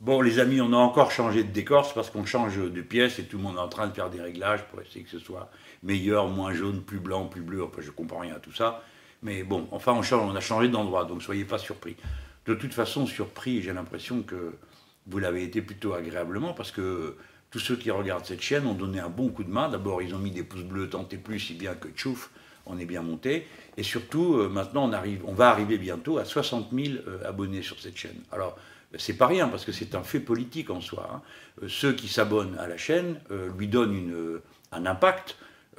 Bon, les amis, on a encore changé de décor, c'est parce qu'on change de pièce et tout le monde est en train de faire des réglages pour essayer que ce soit meilleur, moins jaune, plus blanc, plus bleu. Enfin, je comprends rien à tout ça. Mais bon, enfin, on a changé d'endroit, donc soyez pas surpris. De toute façon, surpris, j'ai l'impression que vous l'avez été plutôt agréablement, parce que tous ceux qui regardent cette chaîne ont donné un bon coup de main. D'abord, ils ont mis des pouces bleus tant et plus, si bien que tchouf, on est bien monté. Et surtout, maintenant, on va arriver bientôt à 60 000 abonnés sur cette chaîne. Alors, c'est pas rien, parce que c'est un fait politique en soi, hein. Ceux qui s'abonnent à la chaîne lui donnent un impact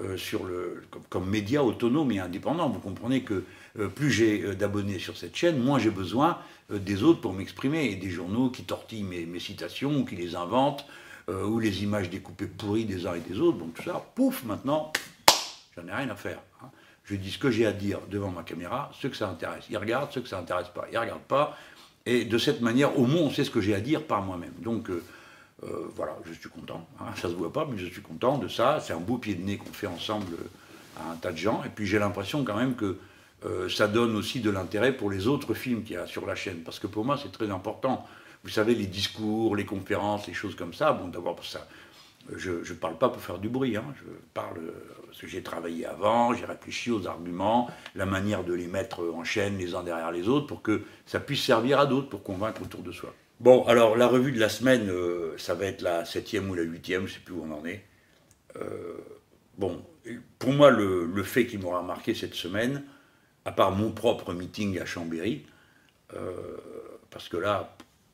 comme média autonome et indépendant. Vous comprenez que plus j'ai d'abonnés sur cette chaîne, moins j'ai besoin des autres pour m'exprimer, et des journaux qui tortillent mes citations, ou qui les inventent, ou les images découpées pourries des uns et des autres. Donc tout ça, pouf, maintenant, j'en ai rien à faire, hein. Je dis ce que j'ai à dire devant ma caméra, ceux que ça intéresse, ils regardent, ceux que ça intéresse pas, ils regardent pas. Et de cette manière, au moins, on sait ce que j'ai à dire par moi-même. Donc, voilà, je suis content, hein. Ça ne se voit pas, mais je suis content de ça. C'est un beau pied de nez qu'on fait ensemble à un tas de gens. Et puis, j'ai l'impression quand même que ça donne aussi de l'intérêt pour les autres films qu'il y a sur la chaîne. Parce que pour moi, c'est très important. Vous savez, les discours, les conférences, les choses comme ça, bon, d'abord, ça, je ne parle pas pour faire du bruit, hein. Je parle parce que j'ai travaillé avant, j'ai réfléchi aux arguments, la manière de les mettre en chaîne les uns derrière les autres pour que ça puisse servir à d'autres, pour convaincre autour de soi. Bon, alors la revue de la semaine, ça va être la 7e ou la 8e, je ne sais plus où on en est. Bon, pour moi, le fait qui m'aura marqué cette semaine, à part mon propre meeting à Chambéry, parce que là,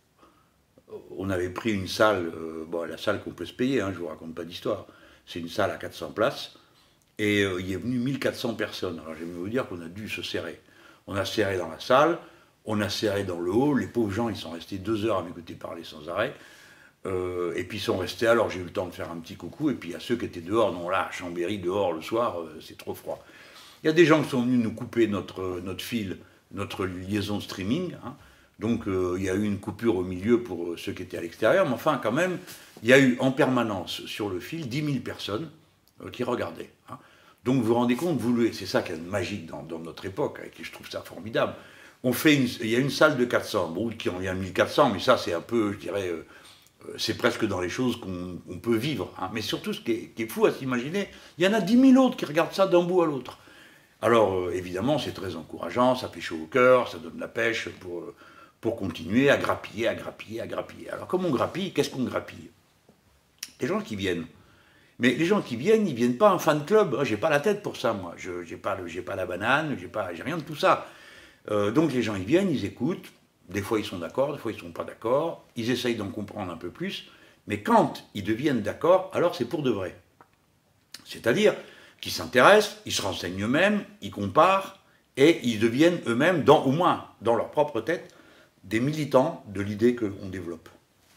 on avait pris une salle, bon, la salle qu'on peut se payer, hein, je ne vous raconte pas d'histoire, c'est une salle à 400 places, et il est venu 1400 personnes. Alors j'aime vous dire qu'on a dû se serrer. On a serré dans la salle, on a serré dans le hall, les pauvres gens, ils sont restés 2 heures à m'écouter parler sans arrêt, et puis ils sont restés, alors j'ai eu le temps de faire un petit coucou, et puis à ceux qui étaient dehors, non là, à Chambéry, dehors, le soir, c'est trop froid. Il y a des gens qui sont venus nous couper notre fil, notre liaison streaming, hein. Donc il y a eu une coupure au milieu pour ceux qui étaient à l'extérieur, mais enfin quand même, il y a eu en permanence sur le fil 10 000 personnes qui regardaient, hein. Donc vous vous rendez compte, c'est ça qui est magique dans notre époque, et je trouve ça formidable. Il y a une salle de 400, bon, qui en vient 1400, mais ça c'est un peu, je dirais, c'est presque dans les choses qu'on peut vivre, hein. Mais surtout, ce qui est fou à s'imaginer, il y en a 10 000 autres qui regardent ça d'un bout à l'autre. Alors évidemment, c'est très encourageant, ça fait chaud au cœur, ça donne la pêche pour continuer à grappiller, à grappiller, à grappiller. Alors comme on grappille, qu'est-ce qu'on grappille? Des gens qui viennent. Mais les gens qui viennent, ils ne viennent pas en fan club. J'ai pas la tête pour ça, moi. Je n'ai pas la banane, j'ai rien de tout ça. Donc les gens, ils viennent, ils écoutent. Des fois, ils sont d'accord, des fois, ils ne sont pas d'accord. Ils essayent d'en comprendre un peu plus. Mais quand ils deviennent d'accord, alors c'est pour de vrai. C'est-à-dire qu'ils s'intéressent, ils se renseignent eux-mêmes, ils comparent, et ils deviennent eux-mêmes, au moins dans leur propre tête, des militants de l'idée qu'on développe.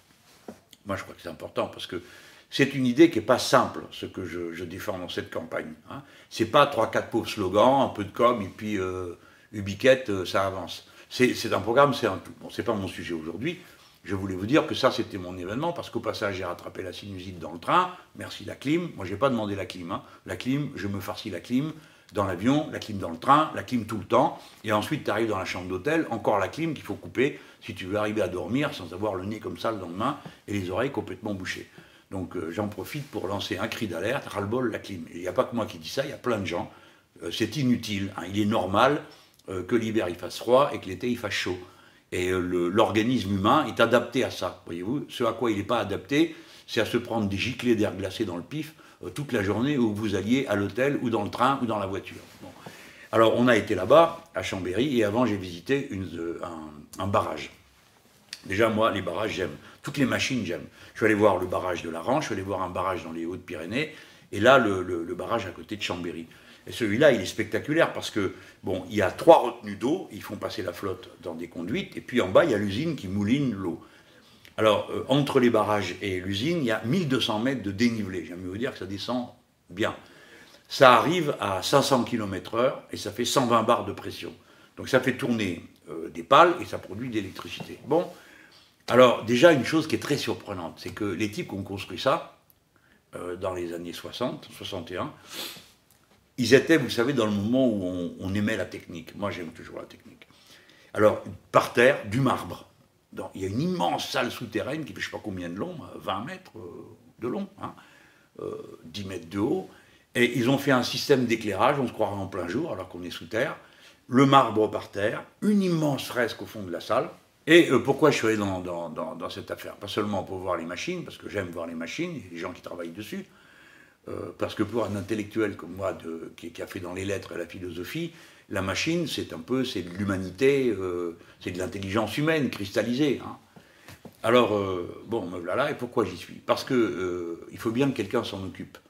Moi, je crois que c'est important, parce que c'est une idée qui n'est pas simple, ce que je défends dans cette campagne, hein. C'est pas 3-4 pauvres slogans, un peu de com, et puis Ubiquette, ça avance. C'est un programme, c'est un tout. Bon, c'est pas mon sujet aujourd'hui. Je voulais vous dire que ça, c'était mon événement, parce qu'au passage, j'ai rattrapé la sinusite dans le train. Merci la clim. Moi, j'ai pas demandé la clim, hein. La clim, je me farcis la clim dans l'avion, la clim dans le train, la clim tout le temps. Et ensuite, tu arrives dans la chambre d'hôtel, encore la clim qu'il faut couper si tu veux arriver à dormir sans avoir le nez comme ça le lendemain et les oreilles complètement bouchées. Donc j'en profite pour lancer un cri d'alerte, ras-le-bol la clim. Il n'y a pas que moi qui dis ça, il y a plein de gens. C'est inutile, hein. Il est normal que l'hiver il fasse froid et que l'été il fasse chaud. Et l'organisme humain est adapté à ça, voyez-vous. Ce à quoi il n'est pas adapté, c'est à se prendre des giclées d'air glacé dans le pif toute la journée où vous alliez à l'hôtel ou dans le train ou dans la voiture. Bon. Alors on a été là-bas, à Chambéry, et avant j'ai visité un barrage. Déjà, moi, les barrages, j'aime. Toutes les machines, j'aime. Je suis allé voir le barrage de la Ranche, je suis allé voir un barrage dans les Hautes-Pyrénées, et là, le barrage à côté de Chambéry. Et celui-là, il est spectaculaire parce que, bon, il y a 3 retenues d'eau, ils font passer la flotte dans des conduites, et puis en bas, il y a l'usine qui mouline l'eau. Alors, entre les barrages et l'usine, il y a 1200 mètres de dénivelé. J'aime vous dire que ça descend bien. Ça arrive à 500 km/h et ça fait 120 bars de pression. Donc ça fait tourner des pales et ça produit de l'électricité. Bon, alors déjà une chose qui est très surprenante, c'est que les types qui ont construit ça, dans les années 60, 61, ils étaient, vous savez, dans le moment où on aimait la technique. Moi, j'aime toujours la technique. Alors, par terre, du marbre. il y a une immense salle souterraine qui fait je ne sais pas combien de long, 20 mètres de long, hein, 10 mètres de haut, et ils ont fait un système d'éclairage, on se croirait en plein jour alors qu'on est sous terre, le marbre par terre, une immense fresque au fond de la salle. Et pourquoi je suis allé dans cette affaire? Pas seulement pour voir les machines, parce que j'aime voir les machines et les gens qui travaillent dessus, parce que pour un intellectuel comme moi, qui a fait dans les lettres et la philosophie, la machine, c'est de l'humanité, c'est de l'intelligence humaine cristallisée. Hein. Alors, bon, me voilà, et pourquoi j'y suis? Parce que il faut bien que quelqu'un s'en occupe.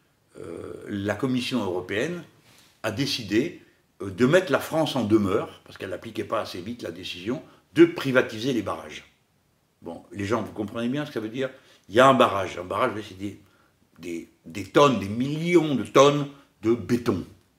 La Commission européenne a décidé de mettre la France en demeure, parce qu'elle n'appliquait pas assez vite la décision, de privatiser les barrages. Bon, les gens, vous comprenez bien ce que ça veut dire? Il y a un barrage, c'est des tonnes, des millions de tonnes de béton.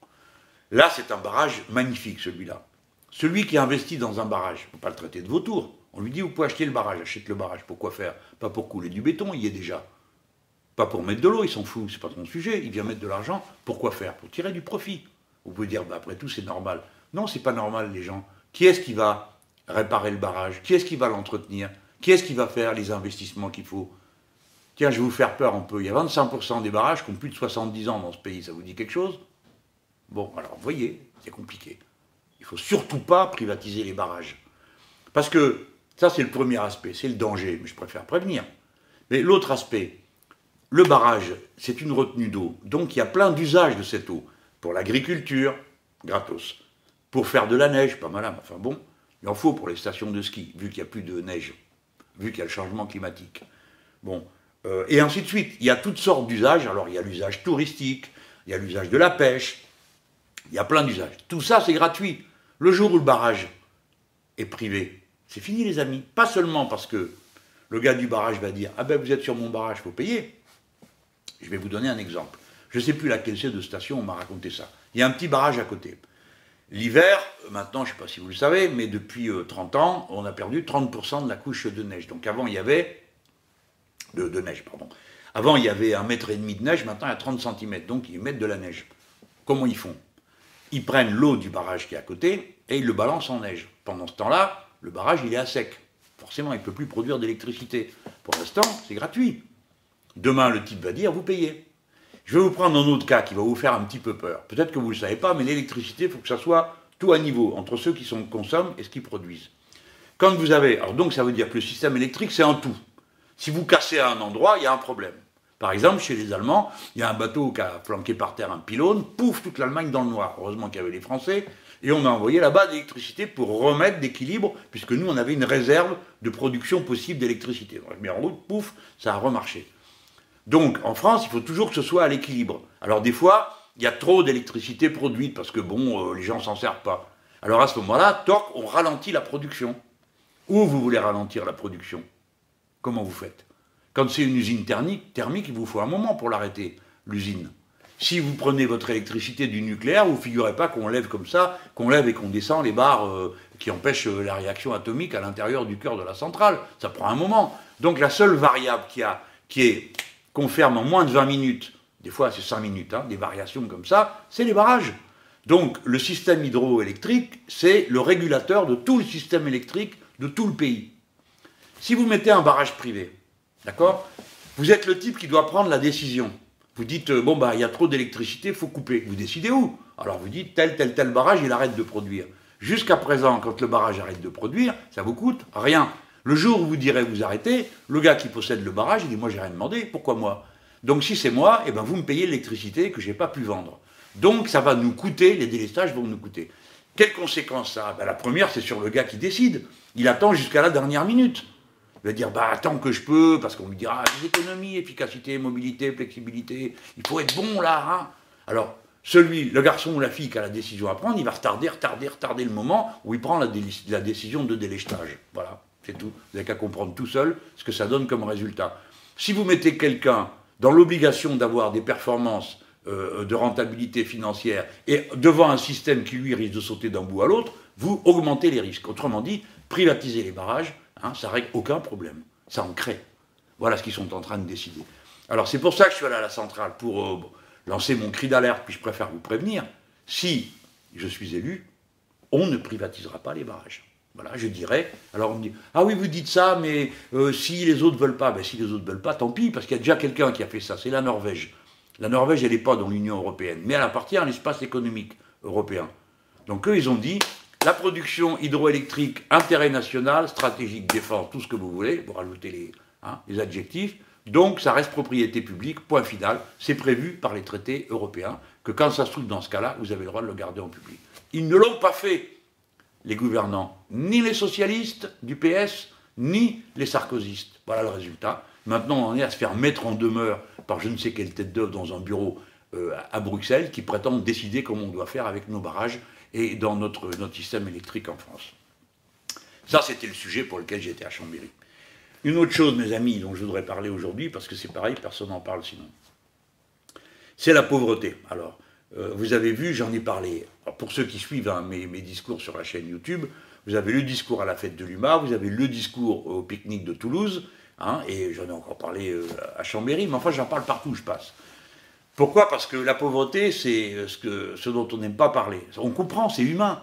Là, c'est un barrage magnifique, celui-là. Celui qui investit dans un barrage, il ne faut pas le traiter de vautour. On lui dit, vous pouvez acheter le barrage, achète le barrage. Pourquoi faire? Pas pour couler du béton, il y est déjà. Pas pour mettre de l'eau, il s'en fout, c'est pas son sujet. Il vient mettre de l'argent, pourquoi faire? Pour tirer du profit. Vous pouvez dire, bah, après tout, c'est normal. Non, c'est pas normal, les gens. Qui est-ce qui va réparer le barrage? Qui est-ce qui va l'entretenir? Qui est-ce qui va faire les investissements qu'il faut? Tiens, je vais vous faire peur un peu. Il y a 25% des barrages qui ont plus de 70 ans dans ce pays. Ça vous dit quelque chose? Bon, alors, vous voyez, c'est compliqué. Il ne faut surtout pas privatiser les barrages. Parce que, ça, c'est le premier aspect, c'est le danger, mais je préfère prévenir. Mais l'autre aspect, le barrage, c'est une retenue d'eau. Donc, il y a plein d'usages de cette eau. Pour l'agriculture, gratos. Pour faire de la neige, pas mal, enfin bon, il en faut pour les stations de ski, vu qu'il n'y a plus de neige, vu qu'il y a le changement climatique. Bon, et ainsi de suite. Il y a toutes sortes d'usages. Alors, il y a l'usage touristique, il y a l'usage de la pêche, il y a plein d'usages. Tout ça, c'est gratuit. Le jour où le barrage est privé, c'est fini, les amis. Pas seulement parce que le gars du barrage va dire « Ah ben, vous êtes sur mon barrage, il faut payer ». Je vais vous donner un exemple. Je ne sais plus laquelle c'est de station, on m'a raconté ça. Il y a un petit barrage à côté. L'hiver, maintenant, je ne sais pas si vous le savez, mais depuis 30 ans, on a perdu 30% de la couche de neige. Donc avant, il y avait... de neige, pardon. Avant, il y avait 1,5 mètre de neige, maintenant, il y a 30 cm. Donc, ils mettent de la neige. Comment ils font? Ils prennent l'eau du barrage qui est à côté et ils le balancent en neige. Pendant ce temps-là, le barrage, il est à sec. Forcément, il ne peut plus produire d'électricité. Pour l'instant, c'est gratuit. Demain, le type va dire, vous payez. Je vais vous prendre un autre cas qui va vous faire un petit peu peur. Peut-être que vous ne le savez pas, mais l'électricité, il faut que ça soit tout à niveau, entre ceux qui consomment et ceux qui produisent. Quand vous avez... Alors donc, ça veut dire que le système électrique, c'est un tout. Si vous cassez à un endroit, il y a un problème. Par exemple, chez les Allemands, il y a un bateau qui a flanqué par terre un pylône, pouf, toute l'Allemagne dans le noir. Heureusement qu'il y avait les Français, et on a envoyé là-bas de l'électricité pour remettre d'équilibre, puisque nous, on avait une réserve de production possible d'électricité. On l'a mis en route, pouf, ça a remarché. Donc, en France, il faut toujours que ce soit à l'équilibre. Alors, des fois, il y a trop d'électricité produite, parce que, bon, les gens ne s'en servent pas. Alors, à ce moment-là, toc, on ralentit la production. Où vous voulez ralentir la production? Comment vous faites? Quand c'est une usine thermique, il vous faut un moment pour l'arrêter, l'usine. Si vous prenez votre électricité du nucléaire, vous ne figurez pas qu'on lève comme ça, qu'on lève et qu'on descend les barres qui empêchent la réaction atomique à l'intérieur du cœur de la centrale. Ça prend un moment. Donc la seule variable qu'on ferme en moins de 20 minutes, des fois c'est 5 minutes, hein, des variations comme ça, c'est les barrages. Donc le système hydroélectrique, c'est le régulateur de tout le système électrique de tout le pays. Si vous mettez un barrage privé, d'accord, vous êtes le type qui doit prendre la décision. Vous dites, bon, bah, il y a trop d'électricité, il faut couper. Vous décidez où? Alors vous dites, tel barrage, il arrête de produire. Jusqu'à présent, quand le barrage arrête de produire, ça vous coûte rien. Le jour où vous direz vous arrêtez, le gars qui possède le barrage, il dit, moi, j'ai rien demandé, pourquoi moi? Donc si c'est moi, eh ben, vous me payez l'électricité que je n'ai pas pu vendre. Donc ça va nous coûter, les délestages vont nous coûter. Quelles conséquences ça a? Ben, la première, c'est sur le gars qui décide. Il attend jusqu'à la dernière minute. Il va dire, bah, tant que je peux, parce qu'on lui dira, des économies, efficacité, mobilité, flexibilité, il faut être bon là. Hein. Alors, le garçon ou la fille qui a la décision à prendre, il va retarder le moment où il prend la décision de délestage. Voilà, c'est tout. Vous n'avez qu'à comprendre tout seul ce que ça donne comme résultat. Si vous mettez quelqu'un dans l'obligation d'avoir des performances de rentabilité financière et devant un système qui, lui, risque de sauter d'un bout à l'autre, vous augmentez les risques. Autrement dit, privatisez les barrages, hein, ça ne règle aucun problème. Ça en crée. Voilà ce qu'ils sont en train de décider. Alors c'est pour ça que je suis allé à la centrale, pour lancer mon cri d'alerte, puis je préfère vous prévenir, si je suis élu, on ne privatisera pas les barrages. Voilà, je dirais. Alors on me dit, ah oui, vous dites ça, mais si les autres ne veulent pas, ben si les autres ne veulent pas, tant pis, parce qu'il y a déjà quelqu'un qui a fait ça, c'est la Norvège. La Norvège, elle n'est pas dans l'Union européenne, mais elle appartient à l'espace économique européen. Donc eux, ils ont dit, la production hydroélectrique, intérêt national, stratégique, défense, tout ce que vous voulez, vous rajoutez les adjectifs, donc ça reste propriété publique, point final, c'est prévu par les traités européens, que quand ça se trouve dans ce cas-là, vous avez le droit de le garder en public. Ils ne l'ont pas fait, les gouvernants, ni les socialistes du PS, ni les sarkozystes. Voilà le résultat. Maintenant, on en est à se faire mettre en demeure par je ne sais quelle tête d'œuvre dans un bureau à Bruxelles qui prétendent décider comment on doit faire avec nos barrages et dans notre système électrique en France. Ça, c'était le sujet pour lequel j'étais à Chambéry. Une autre chose, mes amis, dont je voudrais parler aujourd'hui, parce que c'est pareil, personne n'en parle sinon, c'est la pauvreté. Alors, vous avez vu, j'en ai parlé. Alors, pour ceux qui suivent mes discours sur la chaîne YouTube, vous avez le discours à la fête de l'UMA, vous avez le discours au pique-nique de Toulouse, et j'en ai encore parlé à Chambéry, mais enfin j'en parle partout où je passe. Pourquoi? Parce que la pauvreté, c'est ce dont on n'aime pas parler. On comprend, c'est humain.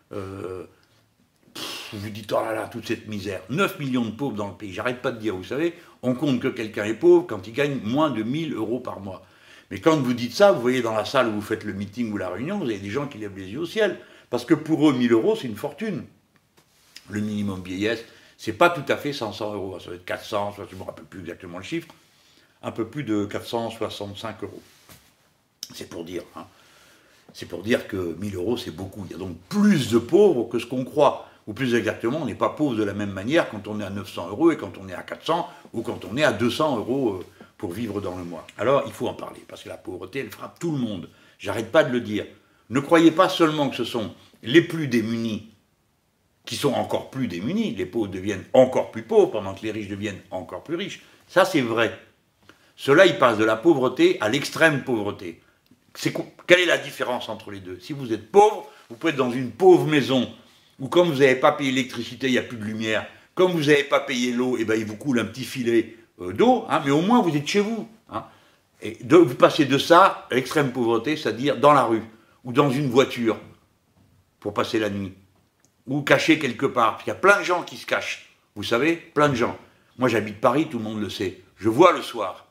Vous dites, oh là là, toute cette misère. 9 millions de pauvres dans le pays, j'arrête pas de dire, vous savez, on compte que quelqu'un est pauvre quand il gagne moins de 1 000 € par mois. Mais quand vous dites ça, vous voyez dans la salle où vous faites le meeting ou la réunion, vous avez des gens qui lèvent les yeux au ciel. Parce que pour eux, 1 000 €, c'est une fortune. Le minimum vieillesse, c'est pas tout à fait 500 €. Ça va être 400, je ne me rappelle plus exactement le chiffre. Un peu plus de 465 €. C'est pour dire. C'est pour dire que 1 000 € c'est beaucoup. Il y a donc plus de pauvres que ce qu'on croit. Ou plus exactement, on n'est pas pauvre de la même manière quand on est à 900 € et quand on est à 400 ou quand on est à 200 € pour vivre dans le mois. Alors, il faut en parler, parce que la pauvreté, elle frappe tout le monde. J'arrête pas de le dire. Ne croyez pas seulement que ce sont les plus démunis qui sont encore plus démunis, les pauvres deviennent encore plus pauvres pendant que les riches deviennent encore plus riches. Ça, c'est vrai. Cela, il passe de la pauvreté à l'extrême pauvreté. Quelle est la différence entre les deux? Si vous êtes pauvre, vous pouvez être dans une pauvre maison, où comme vous n'avez pas payé l'électricité, il n'y a plus de lumière, comme vous n'avez pas payé l'eau, et ben il vous coule un petit filet d'eau, mais au moins vous êtes chez vous. Et vous passez de ça à l'extrême pauvreté, c'est-à-dire dans la rue, ou dans une voiture, pour passer la nuit, ou caché quelque part. Il y a plein de gens qui se cachent, vous savez, plein de gens. Moi j'habite Paris, tout le monde le sait. Je vois le soir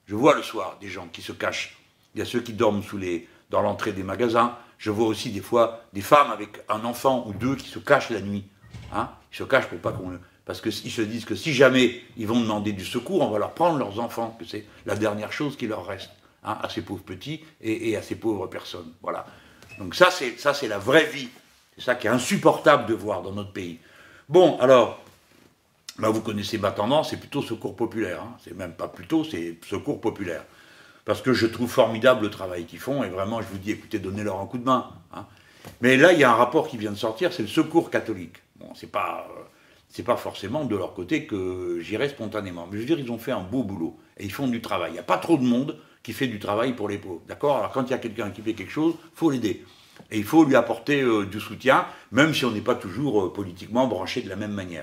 des gens qui se cachent. Il y a ceux qui dorment dans l'entrée des magasins. Je vois aussi des fois des femmes avec un enfant ou deux qui se cachent la nuit. Ils se cachent pour pas qu'on... Parce qu'ils se disent que si jamais ils vont demander du secours, on va leur prendre leurs enfants, que c'est la dernière chose qui leur reste, à ces pauvres petits et à ces pauvres personnes. Voilà. Donc ça, c'est la vraie vie. C'est ça qui est insupportable de voir dans notre pays. Bon, alors, vous connaissez ma tendance, c'est plutôt secours populaire. C'est même pas plutôt, c'est secours populaire. Parce que je trouve formidable le travail qu'ils font, et vraiment, je vous dis, écoutez, donnez-leur un coup de main. Mais là, il y a un rapport qui vient de sortir, c'est le secours catholique. Bon, c'est pas forcément de leur côté que j'irai spontanément. Mais je veux dire, ils ont fait un beau boulot, et ils font du travail. Il n'y a pas trop de monde qui fait du travail pour les pauvres, d'accord? Alors quand il y a quelqu'un qui fait quelque chose, il faut l'aider. Et il faut lui apporter du soutien, même si on n'est pas toujours politiquement branché de la même manière.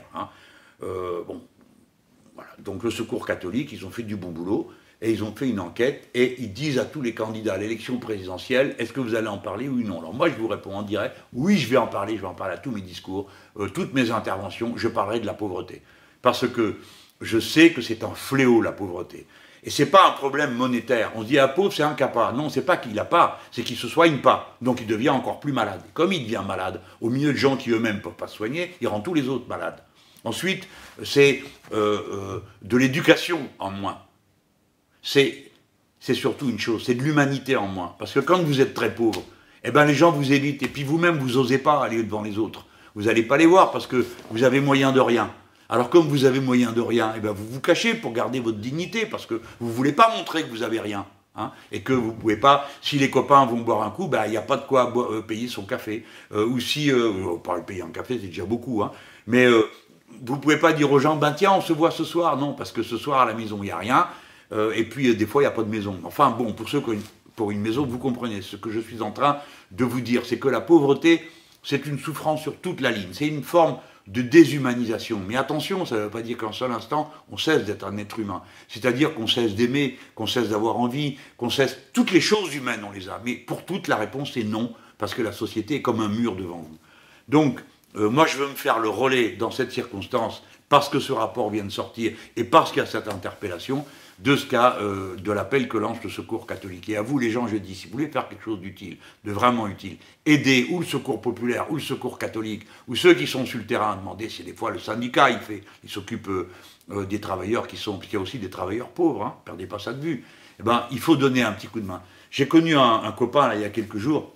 Bon, voilà. Donc le secours catholique, ils ont fait du bon boulot, et ils ont fait une enquête, et ils disent à tous les candidats à l'élection présidentielle, est-ce que vous allez en parler, oui ou non? Alors moi, je vous réponds en direct, oui, je vais en parler à tous mes discours, toutes mes interventions, je parlerai de la pauvreté. Parce que je sais que c'est un fléau, la pauvreté. Et ce n'est pas un problème monétaire. On se dit, un pauvre, c'est un capa. Non, c'est pas qu'il n'a pas, c'est qu'il ne se soigne pas. Donc il devient encore plus malade. Et comme il devient malade, au milieu de gens qui eux-mêmes ne peuvent pas se soigner, il rend tous les autres malades. Ensuite, c'est de l'éducation en moins. C'est surtout une chose, c'est de l'humanité en moins. Parce que quand vous êtes très pauvre, les gens vous évitent, et puis vous-même, vous n'osez pas aller devant les autres. Vous n'allez pas les voir parce que vous avez moyen de rien. Alors comme vous avez moyen de rien, vous vous cachez pour garder votre dignité, parce que vous ne voulez pas montrer que vous n'avez rien. Et que vous ne pouvez pas, si les copains vont boire un coup, il n'y a pas de quoi payer son café. Ou si, pas le payer un café, c'est déjà beaucoup, mais vous ne pouvez pas dire aux gens, tiens, on se voit ce soir. Non, parce que ce soir, à la maison, il n'y a rien. Et puis, des fois, il n'y a pas de maison. Enfin, bon, pour ceux qui ont pour une maison, vous comprenez. Ce que je suis en train de vous dire, c'est que la pauvreté, c'est une souffrance sur toute la ligne. C'est une forme de déshumanisation. Mais attention, ça ne veut pas dire qu'en seul instant, on cesse d'être un être humain. C'est-à-dire qu'on cesse d'aimer, qu'on cesse d'avoir envie, qu'on cesse... Toutes les choses humaines, on les a. Mais pour toutes, la réponse est non, parce que la société est comme un mur devant vous. Donc, Moi, je veux me faire le relais dans cette circonstance, parce que ce rapport vient de sortir et parce qu'il y a cette interpellation, de ce cas de l'appel que lance le Secours catholique. Et à vous, les gens, je dis, si vous voulez faire quelque chose d'utile, de vraiment utile, aidez ou le Secours populaire, ou le Secours catholique, ou ceux qui sont sur le terrain, demandez si des fois le syndicat, il s'occupe des travailleurs qui sont, puis il y a aussi des travailleurs pauvres, hein, perdez pas ça de vue. Eh ben, il faut donner un petit coup de main. J'ai connu un copain, là, il y a quelques jours,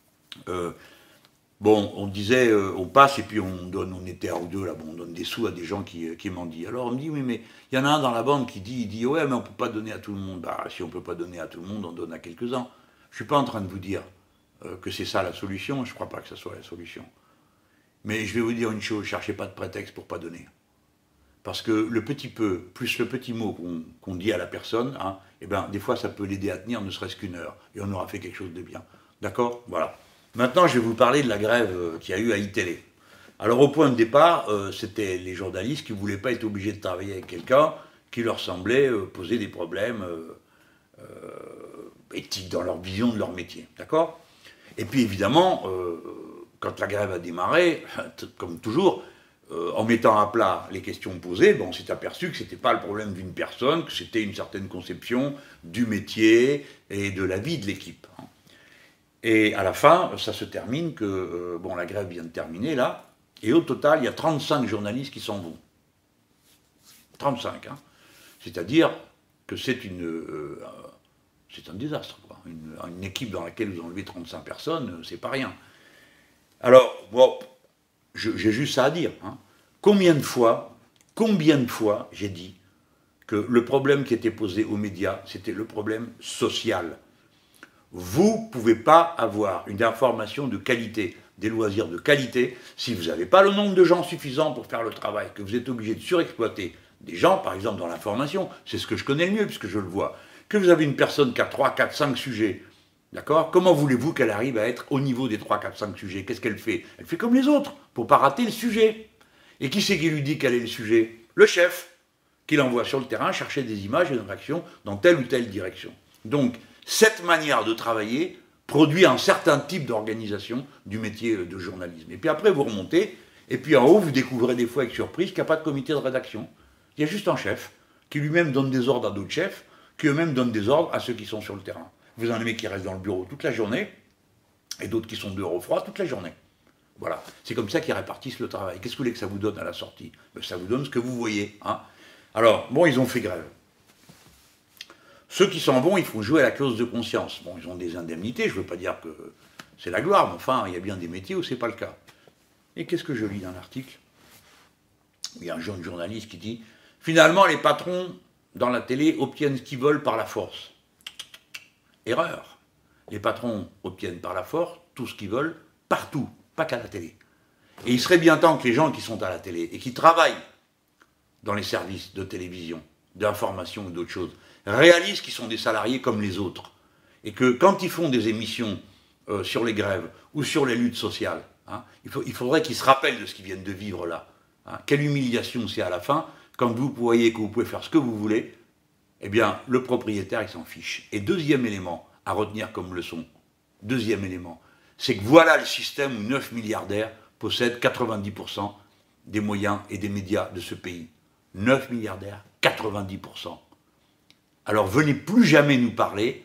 bon, on disait, on passe et puis on était un ou deux, là, bon, on donne des sous à des gens qui mendient. Alors on me dit, oui, mais il y en a un dans la bande qui dit, ouais, mais on ne peut pas donner à tout le monde. Bah, si on ne peut pas donner à tout le monde, on donne à quelques-uns. Je ne suis pas en train de vous dire que c'est ça la solution, je ne crois pas que ça soit la solution. Mais je vais vous dire une chose, ne cherchez pas de prétexte pour ne pas donner. Parce que le petit peu, plus le petit mot qu'on dit à la personne, hein, eh ben, des fois ça peut l'aider à tenir ne serait-ce qu'une heure. Et on aura fait quelque chose de bien. D'accord? Voilà. Maintenant, je vais vous parler de la grève qu'il y a eu à iTélé. Alors, au point de départ, c'était les journalistes qui ne voulaient pas être obligés de travailler avec quelqu'un qui leur semblait poser des problèmes éthiques dans leur vision de leur métier. D'accord? Et puis, évidemment, quand la grève a démarré, comme toujours, en mettant à plat les questions posées, bon, on s'est aperçu que ce n'était pas le problème d'une personne, que c'était une certaine conception du métier et de la vie de l'équipe. Et à la fin, ça se termine que, bon, la grève vient de terminer là, et au total, il y a 35 journalistes qui s'en vont. 35, hein. C'est-à-dire que c'est un désastre, quoi. Une équipe dans laquelle vous enlevez 35 personnes, c'est pas rien. Alors, bon, j'ai juste ça à dire, hein. Combien de fois j'ai dit que le problème qui était posé aux médias, c'était le problème social. Vous ne pouvez pas avoir une information de qualité, des loisirs de qualité, si vous n'avez pas le nombre de gens suffisant pour faire le travail, que vous êtes obligé de surexploiter des gens, par exemple dans l'information, c'est ce que je connais le mieux, puisque je le vois, que vous avez une personne qui a 3, 4, 5 sujets, d'accord? Comment voulez-vous qu'elle arrive à être au niveau des 3, 4, 5 sujets? Qu'est-ce qu'elle fait? Elle fait comme les autres, pour ne pas rater le sujet. Et qui c'est qui lui dit quel est le sujet? Le chef, qui l'envoie sur le terrain chercher des images et des réactions dans telle ou telle direction. Donc, cette manière de travailler produit un certain type d'organisation du métier de journalisme. Et puis après, vous remontez, et puis en haut, vous découvrez des fois avec surprise qu'il n'y a pas de comité de rédaction. Il y a juste un chef, qui lui-même donne des ordres à d'autres chefs, qui eux-mêmes donnent des ordres à ceux qui sont sur le terrain. Vous en avez qui restent dans le bureau toute la journée, et d'autres qui sont dehors au froid toute la journée. Voilà. C'est comme ça qu'ils répartissent le travail. Qu'est-ce que vous voulez que ça vous donne à la sortie? Ça vous donne ce que vous voyez. Hein. Alors, bon, ils ont fait grève. Ceux qui s'en vont, il faut jouer à la clause de conscience. Bon, ils ont des indemnités, je ne veux pas dire que c'est la gloire, mais enfin, il y a bien des métiers où ce n'est pas le cas. Et qu'est-ce que je lis dans l'article? Il y a un jeune journaliste qui dit « Finalement, les patrons dans la télé obtiennent ce qu'ils veulent par la force. » Erreur. Les patrons obtiennent par la force tout ce qu'ils veulent, partout, pas qu'à la télé. Et il serait bien temps que les gens qui sont à la télé et qui travaillent dans les services de télévision, d'information ou d'autres choses, réalisent qu'ils sont des salariés comme les autres. Et que quand ils font des émissions sur les grèves ou sur les luttes sociales, hein, il faudrait qu'ils se rappellent de ce qu'ils viennent de vivre là. Hein. Quelle humiliation c'est à la fin, quand vous voyez que vous pouvez faire ce que vous voulez, eh bien, le propriétaire, il s'en fiche. Et deuxième élément à retenir comme leçon, deuxième élément, c'est que voilà le système où 9 milliardaires possèdent 90% des moyens et des médias de ce pays. 9 milliardaires, 90%. Alors venez plus jamais nous parler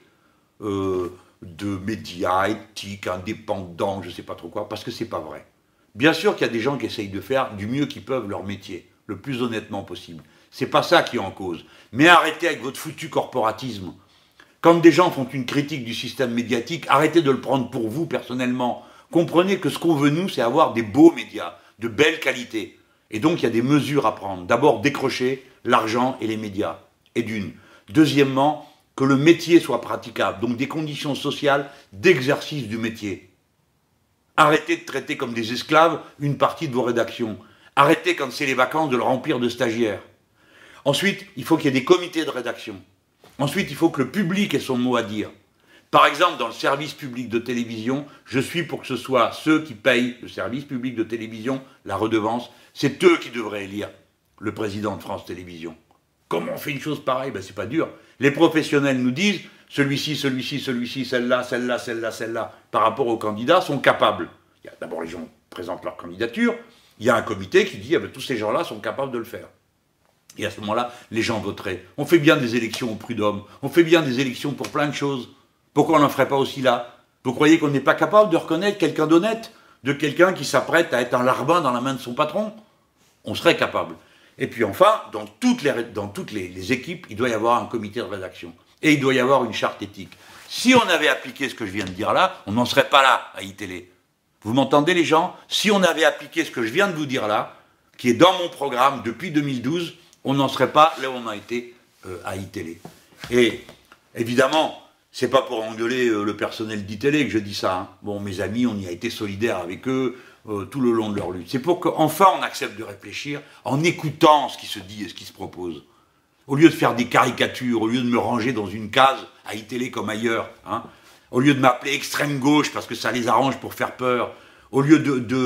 de médias éthiques, indépendants, je ne sais pas trop quoi, parce que c'est pas vrai. Bien sûr qu'il y a des gens qui essayent de faire du mieux qu'ils peuvent leur métier, le plus honnêtement possible. C'est pas ça qui est en cause. Mais arrêtez avec votre foutu corporatisme. Quand des gens font une critique du système médiatique, arrêtez de le prendre pour vous personnellement. Comprenez que ce qu'on veut nous, c'est avoir des beaux médias, de belle qualité. Et donc il y a des mesures à prendre. D'abord décrocher l'argent et les médias, et d'une. Deuxièmement, que le métier soit praticable, donc des conditions sociales d'exercice du métier. Arrêtez de traiter comme des esclaves une partie de vos rédactions. Arrêtez, quand c'est les vacances, de le remplir de stagiaires. Ensuite, il faut qu'il y ait des comités de rédaction. Ensuite, il faut que le public ait son mot à dire. Par exemple, dans le service public de télévision, je suis pour que ce soit ceux qui payent le service public de télévision, la redevance, c'est eux qui devraient élire le président de France Télévisions. Comment on fait une chose pareille? Ben, c'est pas dur. Les professionnels nous disent, celui-ci, celui-ci, celui-ci, celle-là, celle-là, celle-là, celle-là, par rapport aux candidats, sont capables. Il y a d'abord les gens présentent leur candidature, il y a un comité qui dit, ah ben, tous ces gens-là sont capables de le faire. Et à ce moment-là, les gens voteraient. On fait bien des élections au prud'homme, on fait bien des élections pour plein de choses. Pourquoi on n'en ferait pas aussi là? Vous croyez qu'on n'est pas capable de reconnaître quelqu'un d'honnête, de quelqu'un qui s'apprête à être un larbin dans la main de son patron? On serait capable. Et puis enfin, dans toutes les équipes, il doit y avoir un comité de rédaction. Et il doit y avoir une charte éthique. Si on avait appliqué ce que je viens de dire là, on n'en serait pas là à iTélé. Vous m'entendez les gens? Si on avait appliqué ce que je viens de vous dire là, qui est dans mon programme depuis 2012, on n'en serait pas là où on a été à iTélé. Et évidemment, c'est pas pour engueuler le personnel d'ITélé que je dis ça. Hein. Bon, mes amis, on y a été solidaires avec eux tout le long de leur lutte. C'est pour qu'enfin on accepte de réfléchir en écoutant ce qui se dit et ce qui se propose. Au lieu de faire des caricatures, au lieu de me ranger dans une case à iTélé comme ailleurs, hein, au lieu de m'appeler extrême gauche parce que ça les arrange pour faire peur, au lieu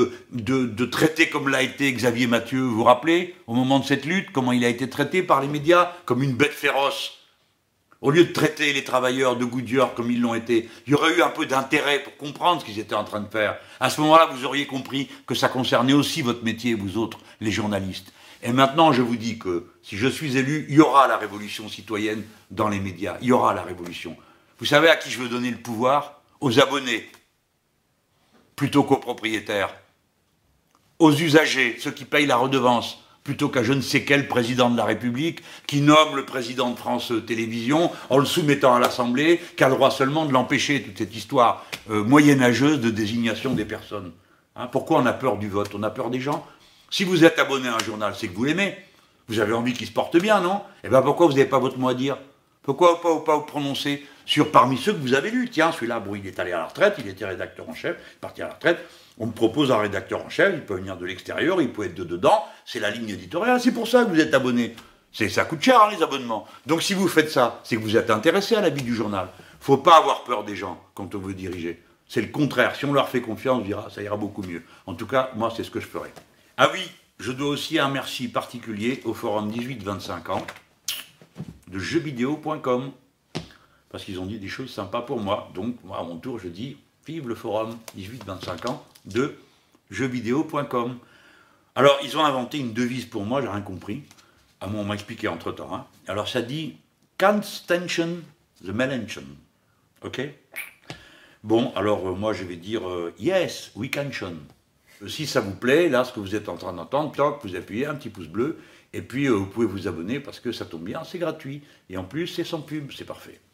de traiter comme l'a été Xavier Mathieu, vous vous rappelez, au moment de cette lutte, comment il a été traité par les médias comme une bête féroce. Au lieu de traiter les travailleurs de Goodyear comme ils l'ont été, il y aurait eu un peu d'intérêt pour comprendre ce qu'ils étaient en train de faire. À ce moment-là, vous auriez compris que ça concernait aussi votre métier, vous autres, les journalistes. Et maintenant, je vous dis que si je suis élu, il y aura la révolution citoyenne dans les médias. Il y aura la révolution. Vous savez à qui je veux donner le pouvoir? Aux abonnés, plutôt qu'aux propriétaires. Aux usagers, ceux qui payent la redevance, plutôt qu'à je ne sais quel président de la République qui nomme le président de France Télévisions en le soumettant à l'Assemblée, qui a le droit seulement de l'empêcher, toute cette histoire moyenâgeuse de désignation des personnes. Hein, pourquoi on a peur du vote? On a peur des gens? Si vous êtes abonné à un journal, c'est que vous l'aimez. Vous avez envie qu'il se porte bien, non? Eh bien pourquoi vous n'avez pas votre mot à dire? Pourquoi pas vous prononcer sur parmi ceux que vous avez lus? Tiens, celui-là, bon, il est allé à la retraite, il était rédacteur en chef, il est parti à la retraite. On me propose un rédacteur en chef, il peut venir de l'extérieur, il peut être de dedans, c'est la ligne éditoriale, c'est pour ça que vous êtes abonné. Ça coûte cher, hein, les abonnements. Donc si vous faites ça, c'est que vous êtes intéressé à la vie du journal. Il ne faut pas avoir peur des gens quand on veut diriger. C'est le contraire. Si on leur fait confiance, on dira, ça ira beaucoup mieux. En tout cas, moi, c'est ce que je ferai. Ah oui, je dois aussi un merci particulier au forum 18-25 ans de jeuxvideo.com parce qu'ils ont dit des choses sympas pour moi. Donc, moi, à mon tour, je dis, vive le forum 18-25 ans de jeuxvideo.com. Alors, ils ont inventé une devise pour moi, j'ai rien compris. Ah, on m'a expliqué entre-temps. Hein. Alors, ça dit « Can't stanchion the Melanchon ». Ok? Bon, alors, moi, je vais dire « Yes, we can shun ». Si ça vous plaît, là, ce que vous êtes en train d'entendre, toc, vous appuyez un petit pouce bleu, et puis vous pouvez vous abonner parce que ça tombe bien, c'est gratuit. Et en plus, c'est sans pub, c'est parfait.